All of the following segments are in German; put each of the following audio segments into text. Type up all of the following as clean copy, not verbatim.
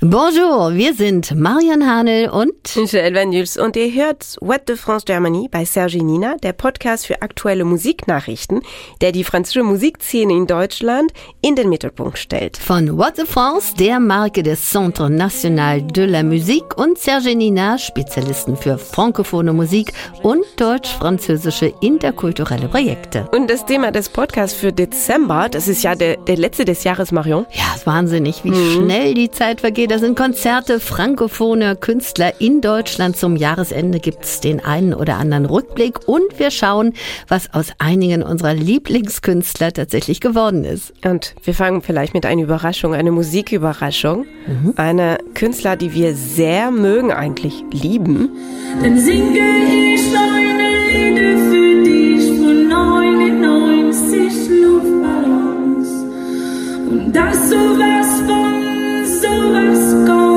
Bonjour, wir sind Marian Hanel und Michelle Van Juls und ihr hört What the France Germany bei Serge Nina, der Podcast für aktuelle Musiknachrichten, der die französische Musikszene in Deutschland in den Mittelpunkt stellt. Von What the France, der Marke des Centre National de la Musique, und Serge Nina, Spezialisten für frankophone Musik und deutsch-französische interkulturelle Projekte. Und das Thema des Podcasts für Dezember, das ist ja der letzte des Jahres, Marion. Ja, ist wahnsinnig, wie schnell die Zeit vergeht. Da sind Konzerte frankophoner Künstler in Deutschland. Zum Jahresende gibt es den einen oder anderen Rückblick und wir schauen, was aus einigen unserer Lieblingskünstler tatsächlich geworden ist. Und wir fangen vielleicht mit einer Überraschung, eine Musiküberraschung. Eine Künstler, die wir sehr mögen, eigentlich lieben. Dann singe ich eine Lieder für dich von 99 Luftballons. Und das sowas von sowas kommt.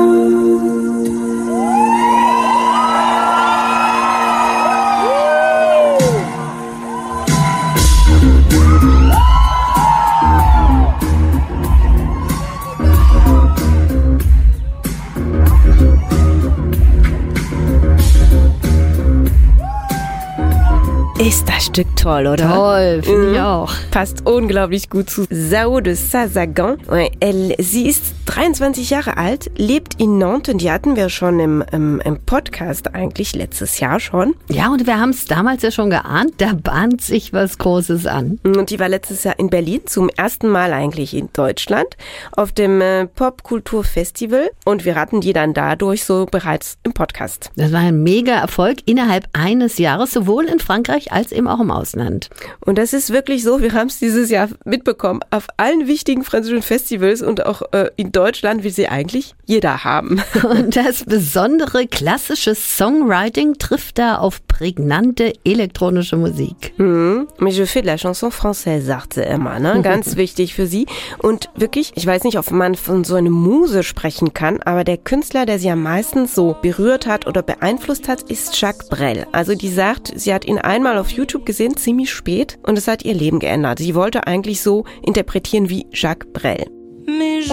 Ist das Stück toll, oder? Toll, finde ich auch. Passt unglaublich gut zu Zao de Sazagan. Sie ist 23 Jahre alt, lebt in Nantes, und die hatten wir schon im Podcast eigentlich letztes Jahr schon. Ja, und wir haben es damals ja schon geahnt, da bahnt sich was Großes an. Und die war letztes Jahr in Berlin, zum ersten Mal eigentlich in Deutschland, auf dem Popkulturfestival, und wir hatten die dann dadurch so bereits im Podcast. Das war ein mega Erfolg innerhalb eines Jahres, sowohl in Frankreich als eben auch im Ausland. Und das ist wirklich so, wir haben es dieses Jahr mitbekommen, auf allen wichtigen französischen Festivals und auch in Deutschland will sie eigentlich jeder haben. Und das besondere klassische Songwriting trifft da auf prägnante elektronische Musik. Mais je fais de la chanson française, sagt sie immer, ne? Ganz wichtig für sie. Und wirklich, ich weiß nicht, ob man von so einer Muse sprechen kann, aber der Künstler, der sie am meisten so berührt hat oder beeinflusst hat, ist Jacques Brel. Also die sagt, sie hat ihn einmal auf YouTube gesehen, ziemlich spät, und es hat ihr Leben geändert. Sie wollte eigentlich so interpretieren wie Jacques Brel. Mais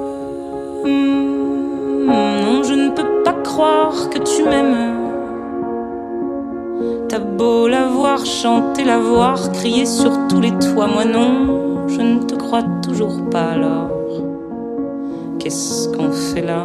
non, je ne peux pas croire que tu m'aimes. T'as beau la voir chanter, la voir crier sur tous les toits. Moi non, je ne te crois toujours pas alors. Qu'est-ce qu'on fait là?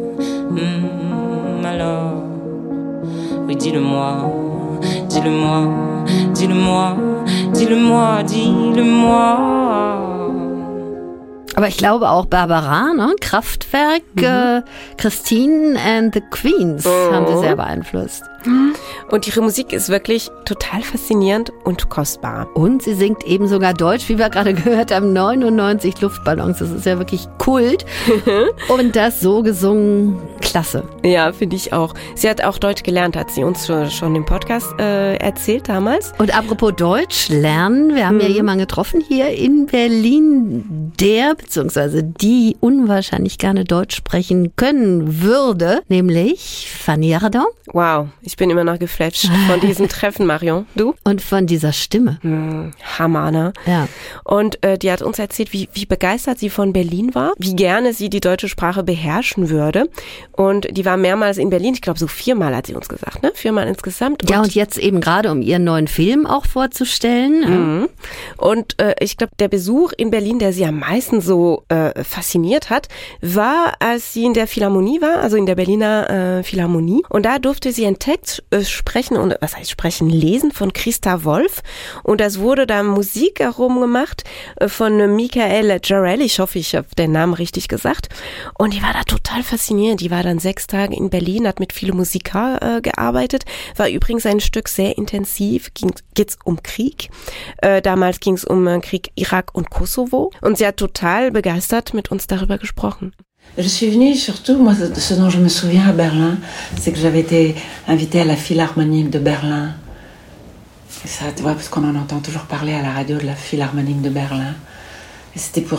Alors, oui, dis-le-moi, dis-le-moi, dis-le-moi, dis-le-moi, dis-le-moi. Aber ich glaube auch Barbara, ne? Kraftwerk, Christine and the Queens haben sie sehr beeinflusst. Und ihre Musik ist wirklich total faszinierend und kostbar. Und sie singt eben sogar Deutsch, wie wir gerade gehört haben, 99 Luftballons. Das ist ja wirklich Kult. Und das so gesungen, klasse. Ja, finde ich auch. Sie hat auch Deutsch gelernt, hat sie uns schon im Podcast erzählt damals. Und apropos Deutsch lernen, wir haben ja jemanden getroffen hier in Berlin, der bzw. die unwahrscheinlich gerne Deutsch sprechen können würde, nämlich Fanny Ardant. Wow, ich bin immer noch geflasht von diesem Treffen, Marion. Du? Und von dieser Stimme. Hammer, ne? Ja. Und die hat uns erzählt, wie begeistert sie von Berlin war, wie gerne sie die deutsche Sprache beherrschen würde. Und die war mehrmals in Berlin, ich glaube so 4-mal hat sie uns gesagt, ne? 4-mal insgesamt. Ja, und jetzt eben gerade, um ihren neuen Film auch vorzustellen. Und ich glaube, der Besuch in Berlin, der sie am meisten so fasziniert hat, war, als sie in der Philharmonie war, also in der Berliner Philharmonie. Und da durfte sie einen Text sprechen, und was heißt sprechen, lesen von Christa Wolf. Und das wurde da Musik herumgemacht von Michael Jarrell. Ich hoffe, ich habe den Namen richtig gesagt. Und die war da total fasziniert. Die war dann 6 Tage in Berlin, hat mit vielen Musikern gearbeitet. War übrigens ein Stück sehr intensiv. Geht's um Krieg. Damals ging es um Krieg Irak und Kosovo. Und sie hat total begeistert mit uns darüber gesprochen. Je suis venue surtout, moi, ce dont je me souviens à Berlin, c'est que j'avais été invitée à la Philharmonique de Berlin. Et ça, tu vois, parce qu'on en entend toujours parler à la radio de la Philharmonique de Berlin. Et c'était pour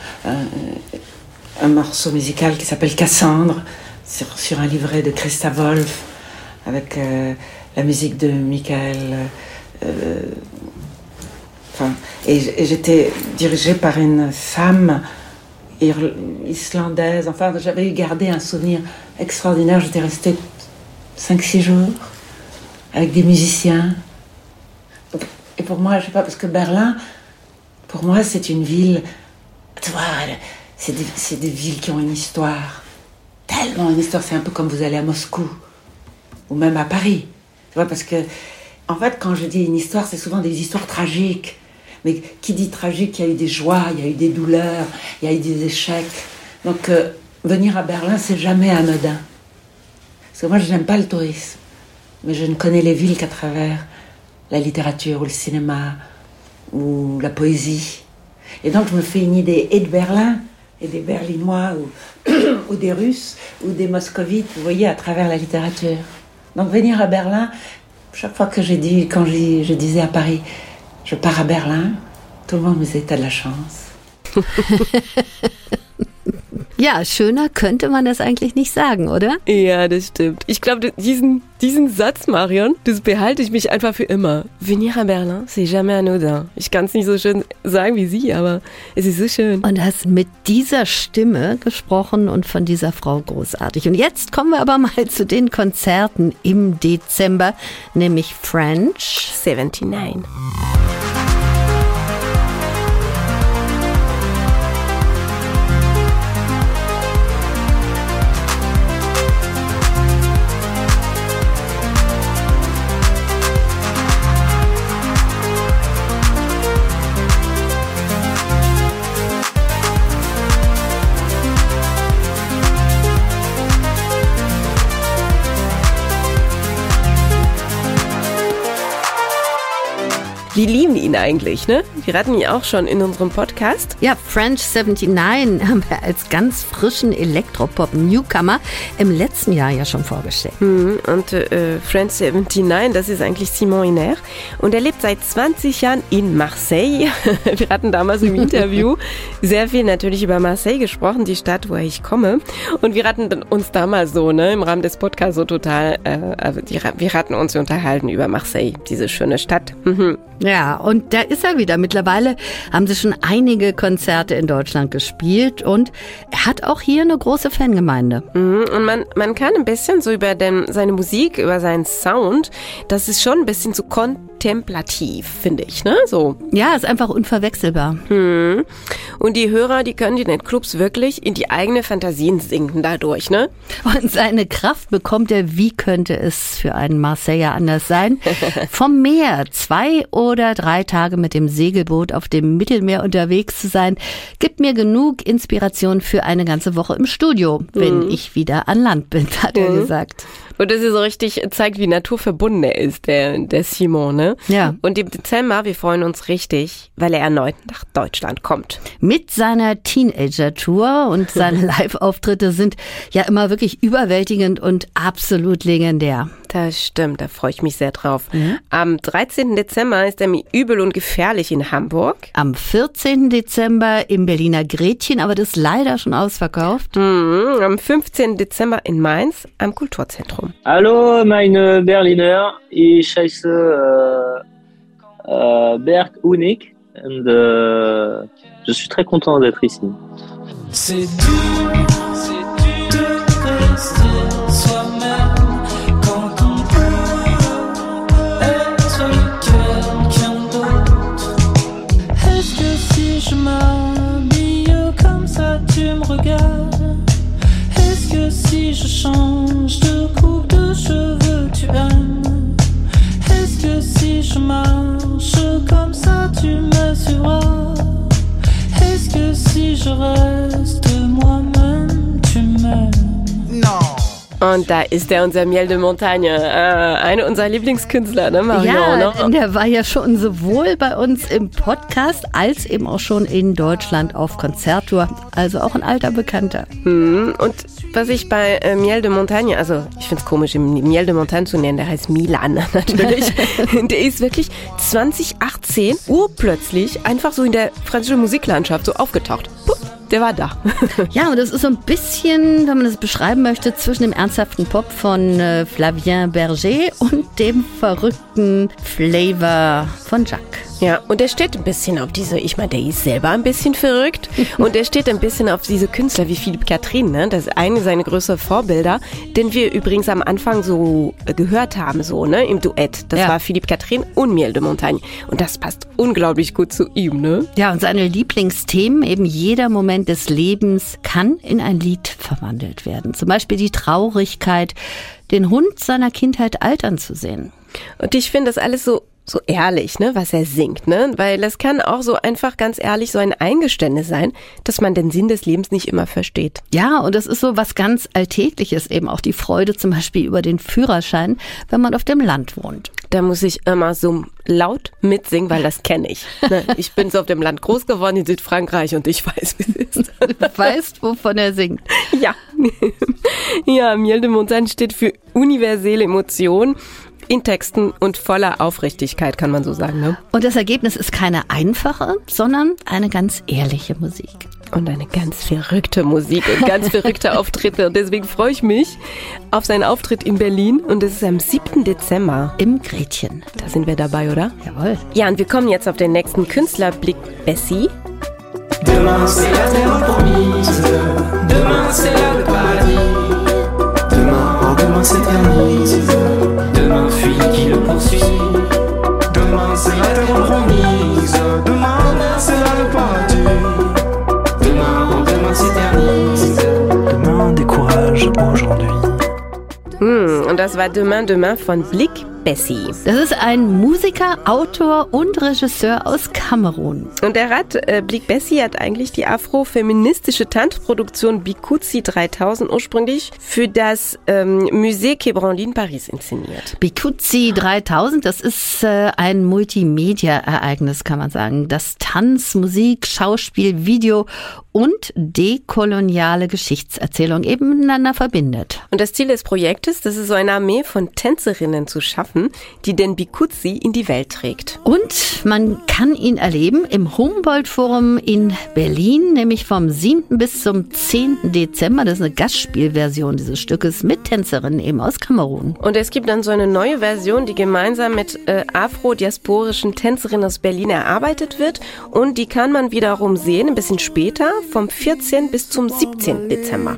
un morceau musical qui s'appelle Cassandre, sur un livret de Christa Wolf, avec la musique de Michael. Et j'étais dirigée par une femme islandaise. Enfin, j'avais gardé un souvenir extraordinaire. J'étais restée 5-6 jours avec des musiciens. Et pour moi, je sais pas, parce que Berlin, pour moi, c'est une ville... Tu vois, c'est des villes qui ont une histoire. Tellement une histoire. C'est un peu comme vous allez à Moscou. Ou même à Paris. Tu vois, parce que... En fait, quand je dis une histoire, c'est souvent des histoires tragiques. Mais qui dit tragique, il y a eu des joies, il y a eu des douleurs, il y a eu des échecs. Donc, venir à Berlin, c'est jamais anodin. Parce que moi, je n'aime pas le tourisme. Mais je ne connais les villes qu'à travers la littérature ou le cinéma ou la poésie. Et donc, je me fais une idée et de Berlin, et des Berlinois, ou des Russes, ou des Moscovites, vous voyez, à travers la littérature. Donc, venir à Berlin... Chaque fois que je disais à Paris, je pars à Berlin, tout le monde me disait, t'as de la chance. Ja, schöner könnte man das eigentlich nicht sagen, oder? Ja, das stimmt. Ich glaube, diesen Satz, Marion, das behalte ich mich einfach für immer. Venir à Berlin, c'est jamais anodin. Ich kann es nicht so schön sagen wie Sie, aber es ist so schön. Und hast mit dieser Stimme gesprochen und von dieser Frau großartig. Und jetzt kommen wir aber mal zu den Konzerten im Dezember, nämlich French 79. Wir lieben ihn eigentlich, ne? Wir hatten ihn auch schon in unserem Podcast. Ja, French 79 haben wir als ganz frischen Elektropop-Newcomer im letzten Jahr ja schon vorgestellt. Und French 79, das ist eigentlich Simon Hiner. Und er lebt seit 20 Jahren in Marseille. Wir hatten damals im Interview sehr viel natürlich über Marseille gesprochen, die Stadt, woher ich komme. Und wir hatten uns damals so, ne, im Rahmen des Podcasts so total, wir hatten uns unterhalten über Marseille, diese schöne Stadt. Ja, und da ist er wieder. Mittlerweile haben sie schon einige Konzerte in Deutschland gespielt und er hat auch hier eine große Fangemeinde. Und man kann ein bisschen so über seine Musik, über seinen Sound, das ist schon ein bisschen so kontemplativ, finde ich, ne? So. Ja, ist einfach unverwechselbar. Und die Hörer, die können die Clubs wirklich in die eigene Fantasien sinken dadurch, ne? Und seine Kraft bekommt er, wie könnte es für einen Marseiller anders sein? Vom Meer 2 oder 3 Tage mit dem Segelboot auf dem Mittelmeer unterwegs zu sein, gibt mir genug Inspiration für eine ganze Woche im Studio, wenn ich wieder an Land bin, hat er gesagt. Und das ist so richtig, zeigt, wie naturverbunden er ist, der Simon, ne? Ja. Und im Dezember, wir freuen uns richtig, weil er erneut nach Deutschland kommt. Mit seiner Teenager-Tour und seine Live-Auftritte sind ja immer wirklich überwältigend und absolut legendär. Das stimmt, da freue ich mich sehr drauf. Am 13. Dezember ist er mir übel und gefährlich in Hamburg. Am 14. Dezember im Berliner Gretchen, aber das ist leider schon ausverkauft. Am 15. Dezember in Mainz am Kulturzentrum. Hallo meine Berliner, ich heiße Berg Unik und je suis très content d'être ici. C'est dur de rester soi-même quand on peut être quelqu'un d'autre. Est-ce que si je m'habille comme ça tu me regardes? Est-ce que si je change de coupe de cheveux tu aimes? Est-ce que si je marche comme ça tu me suivras? Est-ce que si je reste moi-même, tu m'aimes? Non. Und da ist unser Miel de Montagne, einer unserer Lieblingskünstler, ne Marion? Ja, der war ja schon sowohl bei uns im Podcast als eben auch schon in Deutschland auf Konzerttour. Also auch ein alter Bekannter. Und was ich bei Miel de Montagne, also ich finde es komisch, Miel de Montagne zu nennen, der heißt Milan natürlich. Der ist wirklich 2018 urplötzlich einfach so in der französischen Musiklandschaft so aufgetaucht. Puh, der war da. Ja, und das ist so ein bisschen, wenn man das beschreiben möchte, zwischen dem ernsthaften Pop von Flavien Berger und dem verrückten Flavor von Jacques. Ja, und er steht ein bisschen auf diese, ich meine, der ist selber ein bisschen verrückt und er steht ein bisschen auf diese Künstler wie Philippe Catherine, ne? Das ist eine seiner größeren Vorbilder, den wir übrigens am Anfang so gehört haben, so, ne, im Duett. Das war Philippe Catherine und Miel de Montagne und das passt unglaublich gut zu ihm, ne? Ja, und seine Lieblingsthemen, eben jeder Moment des Lebens kann in ein Lied verwandelt werden. Zum Beispiel die Traurigkeit, den Hund seiner Kindheit altern zu sehen. Und ich finde das alles so ehrlich, ne, was er singt, ne, weil es kann auch so einfach ganz ehrlich so ein Eingeständnis sein, dass man den Sinn des Lebens nicht immer versteht. Ja, und das ist so was ganz Alltägliches, eben auch die Freude zum Beispiel über den Führerschein, wenn man auf dem Land wohnt. Da muss ich immer so laut mitsingen, weil das kenne ich. Ne? Ich bin so auf dem Land groß geworden in Südfrankreich und ich weiß, wie es ist. Du weißt, wovon er singt. Ja. Ja, Miel de Montagne steht für universelle Emotionen in Texten und voller Aufrichtigkeit, kann man so sagen, ne? Und das Ergebnis ist keine einfache, sondern eine ganz ehrliche Musik. Und eine ganz verrückte Musik und ganz verrückte Auftritte. Und deswegen freue ich mich auf seinen Auftritt in Berlin. Und es ist am 7. Dezember. Im Gretchen. Da sind wir dabei, oder? Jawohl. Ja, und wir kommen jetzt auf den nächsten Künstler, Blick Bessie. Demain c'est la terre promise, demain c'est là le paradis. Demain, oh demain s'éternise, demain fuit qui le poursuit. Demain c'est la terre promise, demain c'est là le paradis. Demain, oh demain s'éternise, demain décourage aujourd'hui. Und das war Demain Demain von Blick Bessie. Das ist ein Musiker, Autor und Regisseur aus Kamerun. Und Blick Bessie hat eigentlich die afrofeministische Tanzproduktion Bikutsi 3000 ursprünglich für das Musée Quai Branly in Paris inszeniert. Bikutsi 3000, das ist ein Multimedia-Ereignis, kann man sagen, das Tanz, Musik, Schauspiel, Video und dekoloniale Geschichtserzählung eben miteinander verbindet. Und das Ziel des Projektes, das ist so eine Armee von Tänzerinnen zu schaffen, die den Bikutsi in die Welt trägt. Und man kann ihn erleben im Humboldt-Forum in Berlin, nämlich vom 7. bis zum 10. Dezember. Das ist eine Gastspielversion dieses Stückes mit Tänzerinnen eben aus Kamerun. Und es gibt dann so eine neue Version, die gemeinsam mit afrodiasporischen Tänzerinnen aus Berlin erarbeitet wird. Und die kann man wiederum sehen, ein bisschen später, vom 14. bis zum 17. Dezember.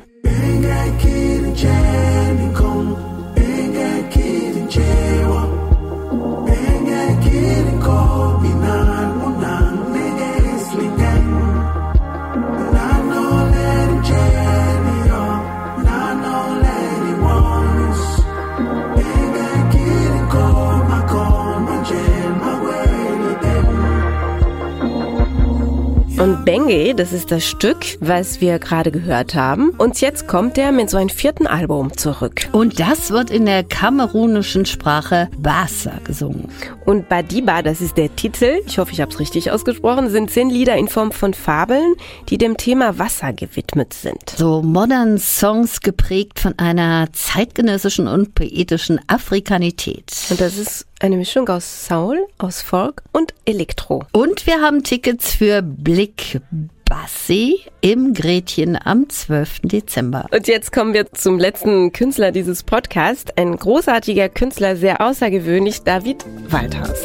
Und Benge, das ist das Stück, was wir gerade gehört haben. Und jetzt kommt er mit so einem 4. Album zurück. Und das wird in der kamerunischen Sprache Bassa gesungen. Und Badiba, das ist der Titel, ich hoffe, ich habe es richtig ausgesprochen, sind 10 Lieder in Form von Fabeln, die dem Thema Wasser gewidmet sind. So modern Songs geprägt von einer zeitgenössischen und poetischen Afrikanität. Und das ist eine Mischung aus Soul, aus Folk und Elektro. Und wir haben Tickets für Blick Bessie im Gretchen am 12. Dezember. Und jetzt kommen wir zum letzten Künstler dieses Podcasts. Ein großartiger Künstler, sehr außergewöhnlich, David Waldhaus.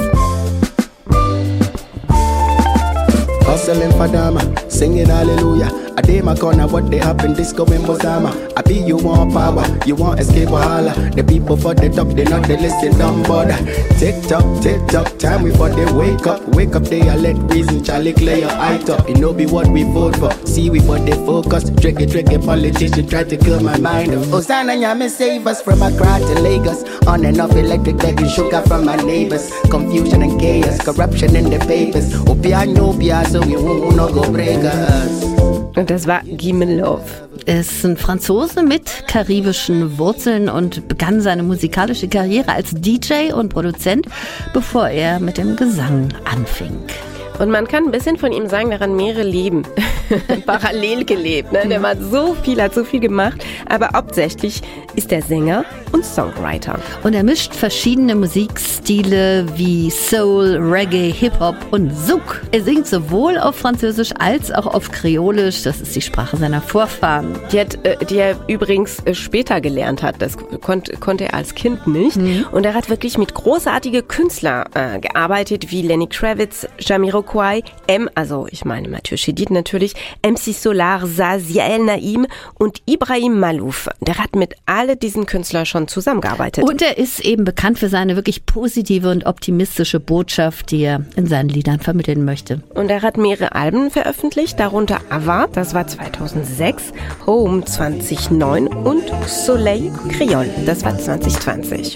Hustling for Dama, singing hallelujah. I did my corner, what they happen, disco in Bozama. I be you want power, you want escape or holla. The people for the top, they not they listen, don't bother. Tick tock, time before they wake up, they are let reason, Charlie clear your eye top. It no be what we vote for, see we but they focus. Tricky politician try to kill my mind. Hosanna, Yami save us from Accra to Lagos. On and off electric begging sugar from my neighbors. Confusion and chaos, corruption in the papers. Opia, so we won't no go break us. Und das war Gimme Love. Er ist ein Franzose mit karibischen Wurzeln und begann seine musikalische Karriere als DJ und Produzent, bevor er mit dem Gesang anfing. Und man kann ein bisschen von ihm sagen, daran mehrere Leben parallel gelebt. Ne? Der hat so viel gemacht, aber hauptsächlich ist er Sänger und Songwriter. Und er mischt verschiedene Musikstile wie Soul, Reggae, Hip-Hop und Zouk. Er singt sowohl auf Französisch als auch auf Kreolisch. Das ist die Sprache seiner Vorfahren. Die er übrigens später gelernt hat. Das konnte er als Kind nicht. Und er hat wirklich mit großartigen Künstlern gearbeitet, wie Lenny Kravitz, Jamiroquai, also ich meine Mathieu Chédid natürlich, MC Solar, Zaz, Yael Naïm und Ibrahim Malouf. Der hat mit all diesen Künstlern schon zusammengearbeitet. Und er ist eben bekannt für seine wirklich positive und optimistische Botschaft, die er in seinen Liedern vermitteln möchte. Und er hat mehrere Alben veröffentlicht, darunter Ava, das war 2006, Home 2009 und Soleil Creole, das war 2020.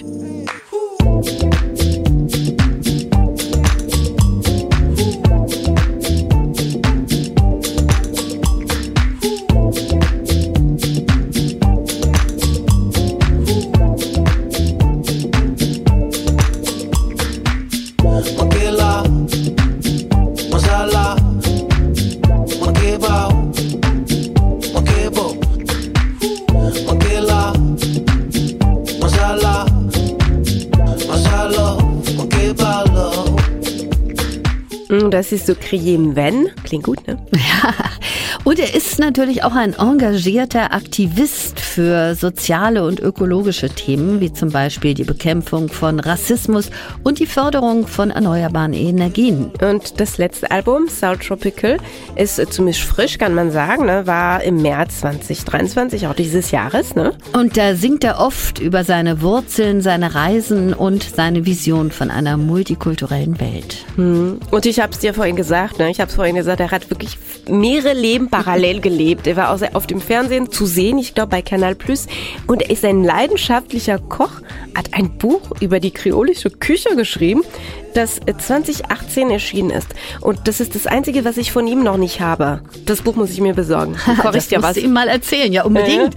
Das ist so Criem Wenn. Klingt gut, ne? Ja. Und er ist natürlich auch ein engagierter Aktivist für soziale und ökologische Themen, wie zum Beispiel die Bekämpfung von Rassismus und die Förderung von erneuerbaren Energien. Und das letzte Album, Soul Tropical, ist ziemlich frisch, kann man sagen, ne? War im März 2023, auch dieses Jahres. Ne? Und da singt er oft über seine Wurzeln, seine Reisen und seine Vision von einer multikulturellen Welt. Und ich habe es dir vorhin gesagt, ne? Er hat wirklich mehrere Leben parallel gelebt. Er war auch auf dem Fernsehen zu sehen, ich glaube bei Canal+. Und er ist ein leidenschaftlicher Koch, hat ein Buch über die kreolische Küche geschrieben, das 2018 erschienen ist. Und das ist das Einzige, was ich von ihm noch nicht habe. Das Buch muss ich mir besorgen. Das musst du ihm mal erzählen, ja unbedingt.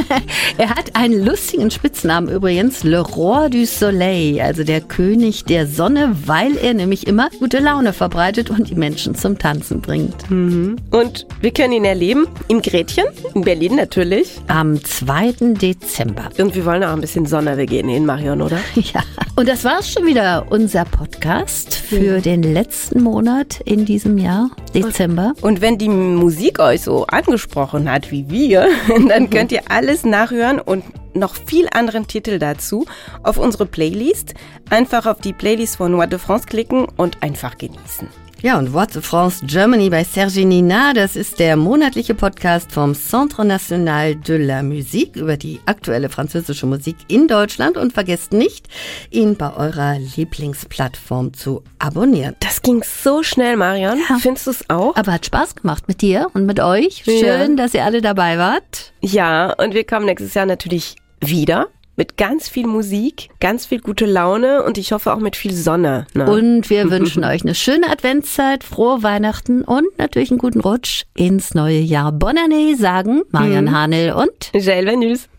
Er hat einen lustigen Spitznamen übrigens, Le Roi du Soleil, also der König der Sonne, weil er nämlich immer gute Laune verbreitet und die Menschen zum Tanzen bringt. Und wir können ihn erleben im Gretchen, in Berlin natürlich. Am 2. Dezember. Und wir wollen auch ein bisschen Sonne gehen in Marion, oder? Ja. Und das war's schon wieder, unser Podcast für den letzten Monat in diesem Jahr, Dezember. Und wenn die Musik euch so angesprochen hat wie wir, dann könnt ihr alles nachhören und noch viel anderen Titel dazu auf unsere Playlist. Einfach auf die Playlist von Voix de France klicken und einfach genießen. Ja, und Voix de France Germany bei Serge Nina, das ist der monatliche Podcast vom Centre National de la Musique über die aktuelle französische Musik in Deutschland. Und vergesst nicht, ihn bei eurer Lieblingsplattform zu abonnieren. Das ging so schnell, Marion. Ja. Findest du es auch? Aber hat Spaß gemacht mit dir und mit euch. Schön, dass ihr alle dabei wart. Ja, und wir kommen nächstes Jahr natürlich wieder. Mit ganz viel Musik, ganz viel gute Laune und ich hoffe auch mit viel Sonne. Ne? Und wir wünschen euch eine schöne Adventszeit, frohe Weihnachten und natürlich einen guten Rutsch ins neue Jahr. Bonne année, sagen Marion Hanel und Jael Venus.